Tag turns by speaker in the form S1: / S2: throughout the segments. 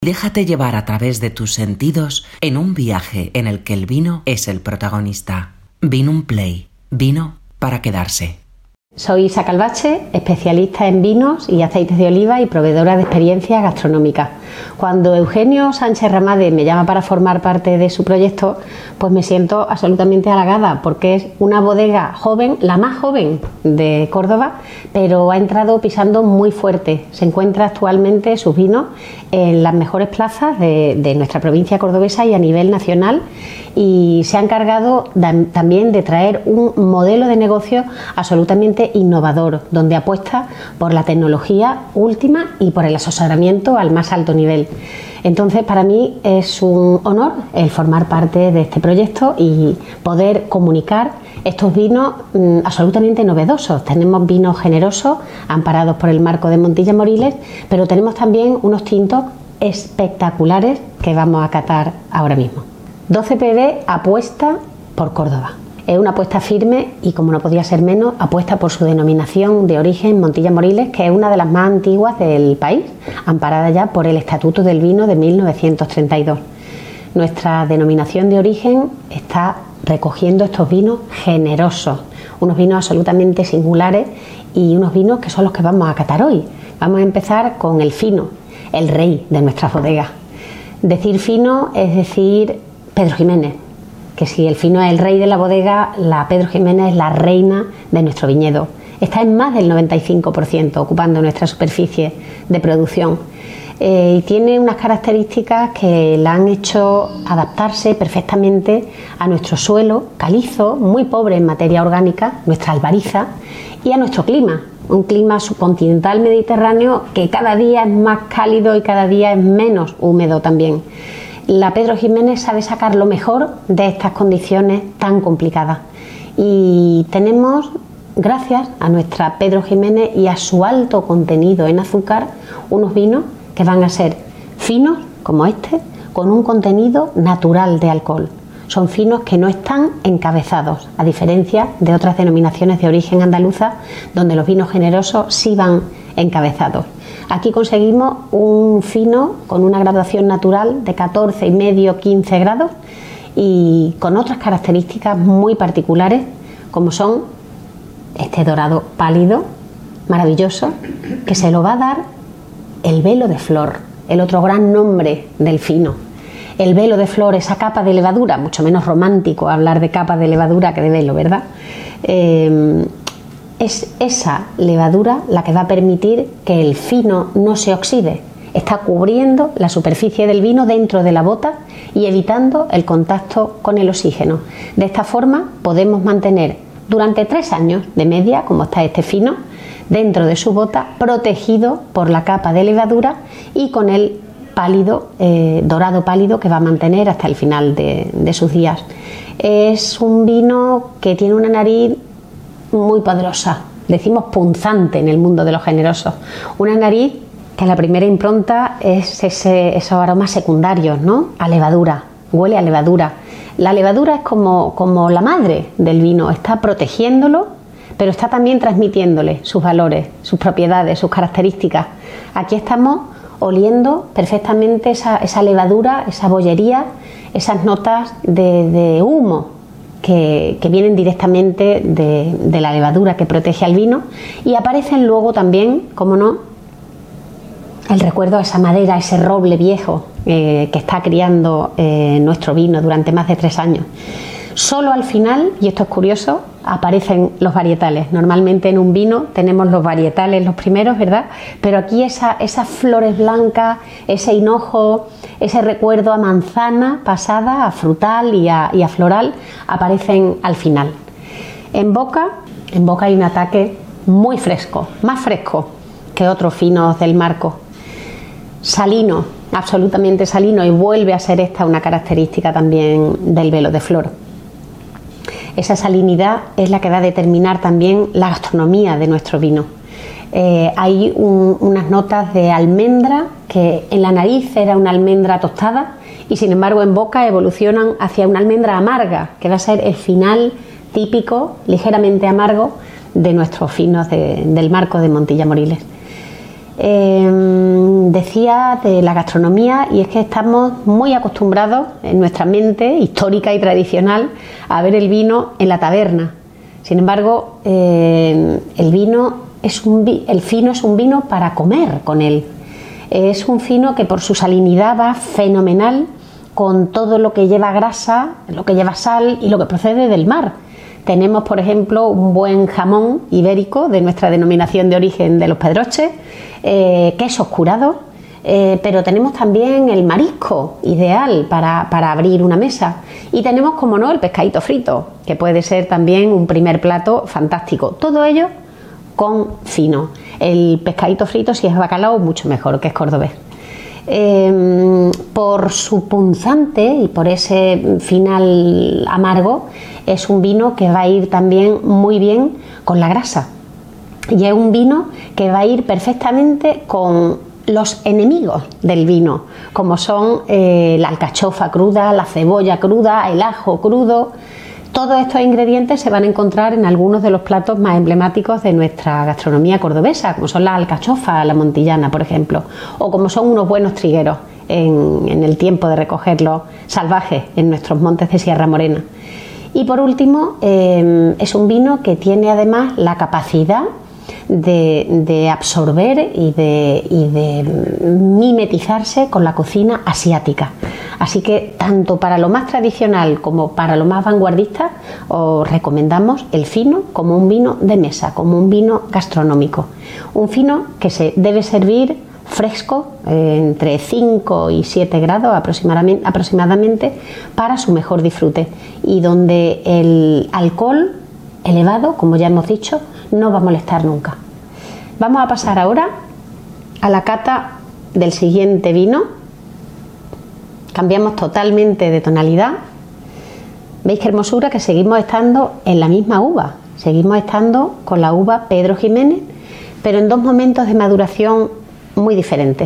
S1: Déjate llevar a través de tus sentidos en un viaje en el que el vino es el protagonista. Vinum Play. Vino para quedarse.
S2: Soy Isa Calvache, especialista en vinos y aceites de oliva y proveedora de experiencias gastronómicas. Cuando Eugenio Sánchez Ramade me llama para formar parte de su proyecto, pues me siento absolutamente halagada porque es una bodega joven, la más joven de Córdoba, pero ha entrado pisando muy fuerte. Se encuentra actualmente sus vinos en las mejores plazas de nuestra provincia cordobesa y a nivel nacional, y se ha encargado también de traer un modelo de negocio absolutamente innovador, donde apuesta por la tecnología última y por el asesoramiento al más alto nivel. Entonces, para mí es un honor el formar parte de este proyecto y poder comunicar estos vinos absolutamente novedosos. Tenemos vinos generosos, amparados por el marco de Montilla Moriles, pero tenemos también unos tintos espectaculares que vamos a catar ahora mismo. 12PB apuesta por Córdoba. Es una apuesta firme y, como no podía ser menos, apuesta por su denominación de origen Montilla Moriles, que es una de las más antiguas del país, amparada ya por el Estatuto del Vino de 1932. Nuestra denominación de origen está recogiendo estos vinos generosos, unos vinos absolutamente singulares y unos vinos que son los que vamos a catar hoy. Vamos a empezar con el fino, el rey de nuestras bodegas. Decir fino es decir Pedro Ximénez, que si el fino es el rey de la bodega, la Pedro Ximénez es la reina de nuestro viñedo. Está en más del 95%, ocupando nuestra superficie de producción. Y tiene unas características que la han hecho adaptarse perfectamente a nuestro suelo calizo, muy pobre en materia orgánica, nuestra albariza, y a nuestro clima, un clima subcontinental mediterráneo que cada día es más cálido y cada día es menos húmedo también. La Pedro Ximénez sabe sacar lo mejor de estas condiciones tan complicadas, y tenemos, gracias a nuestra Pedro Ximénez y a su alto contenido en azúcar, unos vinos que van a ser finos como este, con un contenido natural de alcohol. Son finos que no están encabezados, a diferencia de otras denominaciones de origen andaluza, donde los vinos generosos sí van encabezados. Aquí conseguimos un fino con una graduación natural de 14,5-15 grados y con otras características muy particulares, como son este dorado pálido, maravilloso, que se lo va a dar el velo de flor, el otro gran nombre del fino. El velo de flor, esa capa de levadura, mucho menos romántico hablar de capa de levadura que de velo, ¿verdad? Es esa levadura la que va a permitir que el fino no se oxide. Está cubriendo la superficie del vino dentro de la bota y evitando el contacto con el oxígeno. De esta forma podemos mantener durante 3 años de media, como está este fino, dentro de su bota, protegido por la capa de levadura y con el pálido, dorado pálido, que va a mantener hasta el final de sus días. Es un vino que tiene una nariz muy poderosa, decimos punzante en el mundo de los generosos, una nariz que a la primera impronta es esos aromas secundarios, ¿no? A levadura, huele a levadura. La levadura es como la madre del vino, está protegiéndolo, pero está también transmitiéndole sus valores, sus propiedades, sus características. Aquí estamos oliendo perfectamente esa levadura, esa bollería, esas notas de humo que vienen directamente de la levadura que protege al vino, y aparecen luego también, como no, el recuerdo a esa madera, ese roble viejo que está criando nuestro vino durante más de 3 años. Solo al final, y esto es curioso, aparecen los varietales. Normalmente en un vino tenemos los varietales los primeros, ¿verdad? Pero aquí esas flores blancas, ese hinojo, ese recuerdo a manzana pasada, a frutal y a floral, aparecen al final. En boca hay un ataque muy fresco, más fresco que otros finos del marco. Salino, absolutamente salino, y vuelve a ser esta una característica también del velo de flor. Esa salinidad es la que va a determinar también la gastronomía de nuestro vino. Hay unas notas de almendra que en la nariz era una almendra tostada y sin embargo en boca evolucionan hacia una almendra amarga, que va a ser el final típico, ligeramente amargo, de nuestros finos del marco de Montilla Moriles. decía de la gastronomía, y es que estamos muy acostumbrados en nuestra mente histórica y tradicional a ver el vino en la taberna. Sin embargo, el fino es un vino para comer con él. Es un vino que por su salinidad va fenomenal con todo lo que lleva grasa, lo que lleva sal y lo que procede del mar. Tenemos, por ejemplo, un buen jamón ibérico de nuestra denominación de origen de Los Pedroches, quesos curados, pero tenemos también el marisco, ideal para abrir una mesa. Y tenemos, como no, el pescadito frito, que puede ser también un primer plato fantástico. Todo ello con fino. El pescadito frito, si es bacalao, mucho mejor, que es cordobés. Por su punzante y por ese final amargo, es un vino que va a ir también muy bien con la grasa, y es un vino que va a ir perfectamente con los enemigos del vino, como son la alcachofa cruda, la cebolla cruda, el ajo crudo. Todos estos ingredientes se van a encontrar en algunos de los platos más emblemáticos de nuestra gastronomía cordobesa, como son las alcachofas, la montillana, por ejemplo, o como son unos buenos trigueros en el tiempo de recogerlos salvajes en nuestros montes de Sierra Morena. Y por último, es un vino que tiene además la capacidad de absorber y de mimetizarse con la cocina asiática. Así que tanto para lo más tradicional como para lo más vanguardista os recomendamos el fino como un vino de mesa, como un vino gastronómico. Un vino que se debe servir fresco, entre 5 y 7 grados aproximadamente, para su mejor disfrute, y donde el alcohol elevado, como ya hemos dicho, no va a molestar nunca. Vamos a pasar ahora a la cata del siguiente vino. Cambiamos totalmente de tonalidad. ¿Veis qué hermosura? Que seguimos estando en la misma uva. Seguimos estando con la uva Pedro Ximénez, pero en dos momentos de maduración muy diferentes.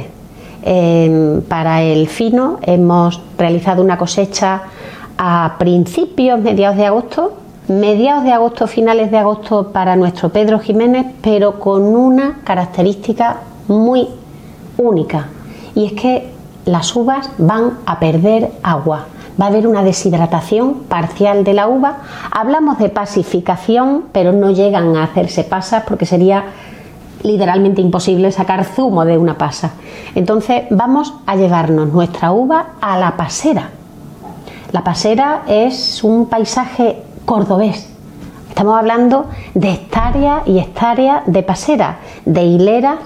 S2: Para el fino hemos realizado una cosecha a mediados de agosto, finales de agosto para nuestro Pedro Ximénez, pero con una característica muy única, y es que las uvas van a perder agua, va a haber una deshidratación parcial de la uva. Hablamos de pasificación, pero no llegan a hacerse pasas porque sería literalmente imposible sacar zumo de una pasa. Entonces vamos a llevarnos nuestra uva a la pasera. La pasera es un paisaje cordobés. Estamos hablando de hectáreas y hectáreas de pasera, de hileras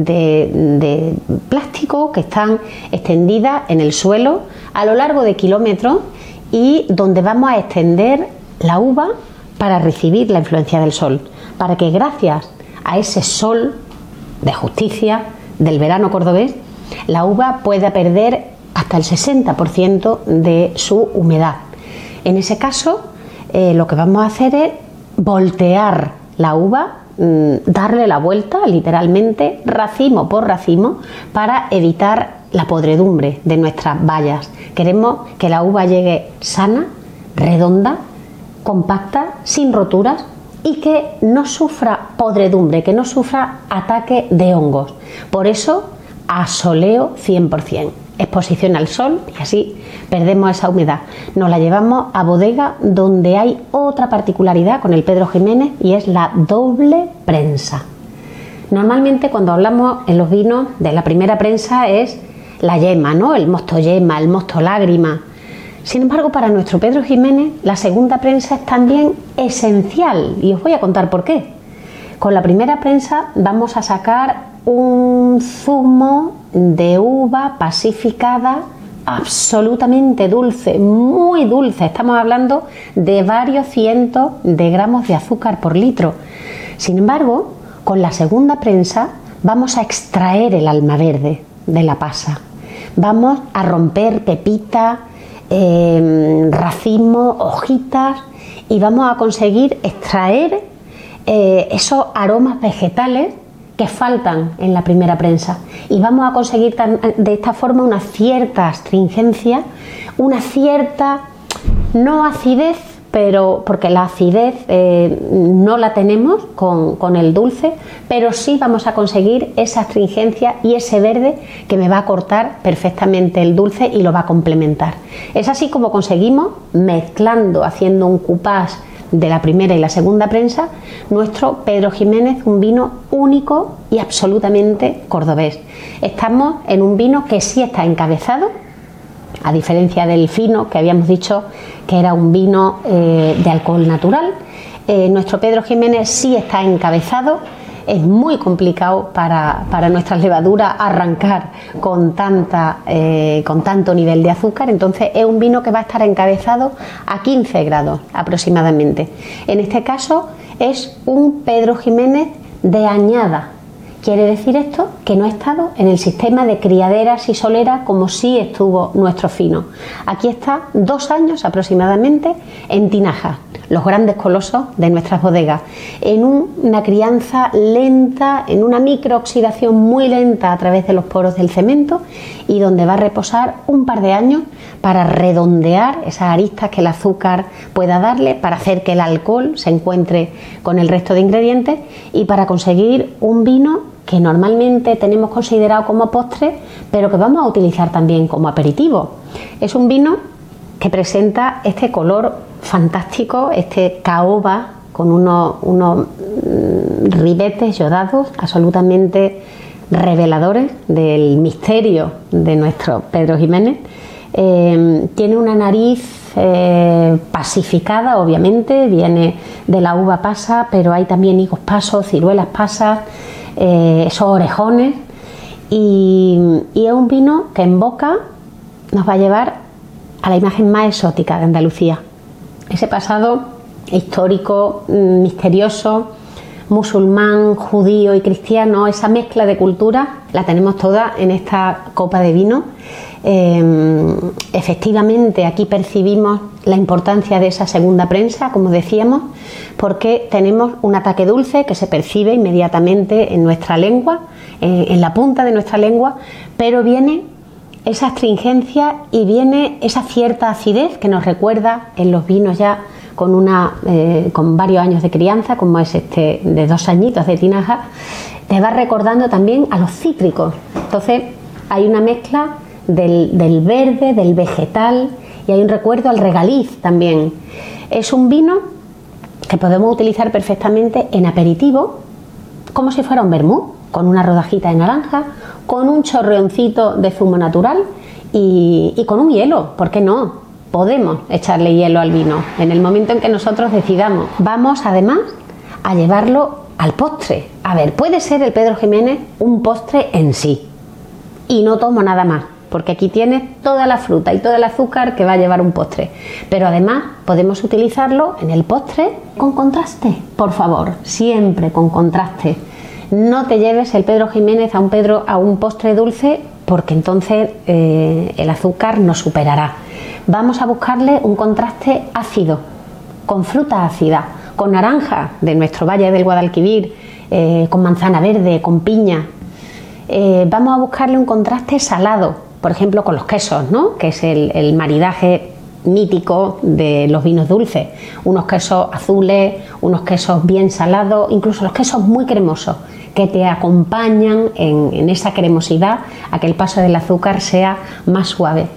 S2: de plástico que están extendidas en el suelo a lo largo de kilómetros, y donde vamos a extender la uva para recibir la influencia del sol, para que gracias a ese sol de justicia del verano cordobés, la uva pueda perder hasta el 60% de su humedad. En ese caso, lo que vamos a hacer es voltear la uva, darle la vuelta literalmente racimo por racimo para evitar la podredumbre de nuestras bayas. Queremos que la uva llegue sana, redonda, compacta, sin roturas, y que no sufra podredumbre, que no sufra ataque de hongos. Por eso, a soleo 100%. Exposición al sol, y así perdemos esa humedad. Nos la llevamos a bodega, donde hay otra particularidad con el Pedro Ximénez, y es la doble prensa. Normalmente cuando hablamos en los vinos de la primera prensa es la yema, ¿no? El mosto yema, el mosto lágrima. Sin embargo, para nuestro Pedro Ximénez, la segunda prensa es también esencial, y os voy a contar por qué. Con la primera prensa vamos a sacar un zumo de uva pasificada absolutamente dulce, muy dulce. Estamos hablando de varios cientos de gramos de azúcar por litro. Sin embargo, con la segunda prensa vamos a extraer el alma verde de la pasa. Vamos a romper pepitas, racimos, hojitas, y vamos a conseguir extraer esos aromas vegetales que faltan en la primera prensa, y vamos a conseguir de esta forma una cierta astringencia, una cierta no acidez, pero porque la acidez no la tenemos con el dulce, pero sí vamos a conseguir esa astringencia y ese verde que me va a cortar perfectamente el dulce y lo va a complementar. Es así como conseguimos, mezclando, haciendo un coupage de la primera y la segunda prensa, nuestro Pedro Ximénez, un vino único y absolutamente cordobés. Estamos en un vino que sí está encabezado, a diferencia del fino, que habíamos dicho que era un vino de alcohol natural. Nuestro Pedro Ximénez sí está encabezado. Es muy complicado para nuestras levaduras arrancar con tanto nivel de azúcar, entonces es un vino que va a estar encabezado a 15 grados aproximadamente. En este caso es un Pedro Ximénez de añada. Quiere decir esto que no ha estado en el sistema de criaderas y soleras como sí estuvo nuestro fino. Aquí está 2 años aproximadamente en tinaja, los grandes colosos de nuestras bodegas, en una crianza lenta, en una microoxidación muy lenta a través de los poros del cemento, y donde va a reposar un par de años para redondear esas aristas que el azúcar pueda darle, para hacer que el alcohol se encuentre con el resto de ingredientes y para conseguir un vino que normalmente tenemos considerado como postre, pero que vamos a utilizar también como aperitivo. Es un vino que presenta este color fantástico, este caoba con unos ribetes yodados absolutamente reveladores del misterio de nuestro Pedro Ximénez. Tiene una nariz pasificada, obviamente, viene de la uva pasa, pero hay también higos pasos, ciruelas pasas, esos orejones, y es un vino que en boca nos va a llevar a la imagen más exótica de Andalucía, ese pasado histórico, misterioso, musulmán, judío y cristiano. Esa mezcla de culturas la tenemos toda en esta copa de vino. Efectivamente, aquí percibimos la importancia de esa segunda prensa, como decíamos, porque tenemos un ataque dulce que se percibe inmediatamente en nuestra lengua, en la punta de nuestra lengua, pero viene esa astringencia y viene esa cierta acidez que nos recuerda en los vinos ya con varios años de crianza, como es este de 2 añitos de tinaja, te va recordando también a los cítricos. Entonces hay una mezcla del verde, del vegetal, y hay un recuerdo al regaliz también. Es un vino que podemos utilizar perfectamente en aperitivo, como si fuera un vermut, con una rodajita de naranja, con un chorreoncito de zumo natural y con un hielo, ¿por qué no? Podemos echarle hielo al vino en el momento en que nosotros decidamos. Vamos además a llevarlo al postre. A ver, puede ser el Pedro Ximénez un postre en sí, y no tomo nada más, porque aquí tienes toda la fruta y todo el azúcar que va a llevar un postre, pero además podemos utilizarlo en el postre con contraste. Por favor, siempre con contraste. No te lleves el Pedro Ximénez a un postre dulce, porque entonces el azúcar nos superará. Vamos a buscarle un contraste ácido, con fruta ácida, con naranja de nuestro Valle del Guadalquivir, con manzana verde, con piña. Vamos a buscarle un contraste salado, por ejemplo con los quesos, ¿no? Que es el maridaje mítico de los vinos dulces. Unos quesos azules, unos quesos bien salados, incluso los quesos muy cremosos, que te acompañan en esa cremosidad a que el paso del azúcar sea más suave.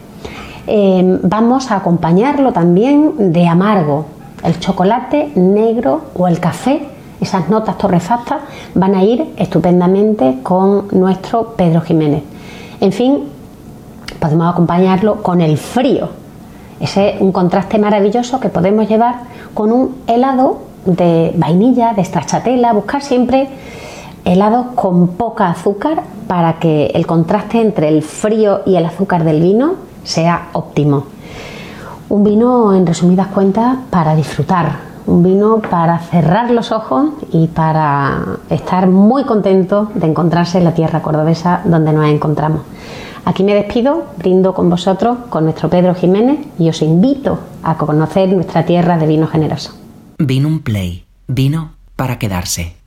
S2: Vamos a acompañarlo también de amargo. El chocolate negro o el café, esas notas torrefactas, van a ir estupendamente con nuestro Pedro Ximénez. En fin, podemos acompañarlo con el frío. Ese es un contraste maravilloso que podemos llevar con un helado de vainilla, de stracciatella. Buscar siempre helados con poca azúcar para que el contraste entre el frío y el azúcar del vino sea óptimo. Un vino, en resumidas cuentas, para disfrutar, un vino para cerrar los ojos y para estar muy contentos de encontrarse en la tierra cordobesa donde nos encontramos. Aquí me despido, brindo con vosotros, con nuestro Pedro Ximénez, y os invito a conocer nuestra tierra de vino generoso.
S1: Vinum Play, vino para quedarse.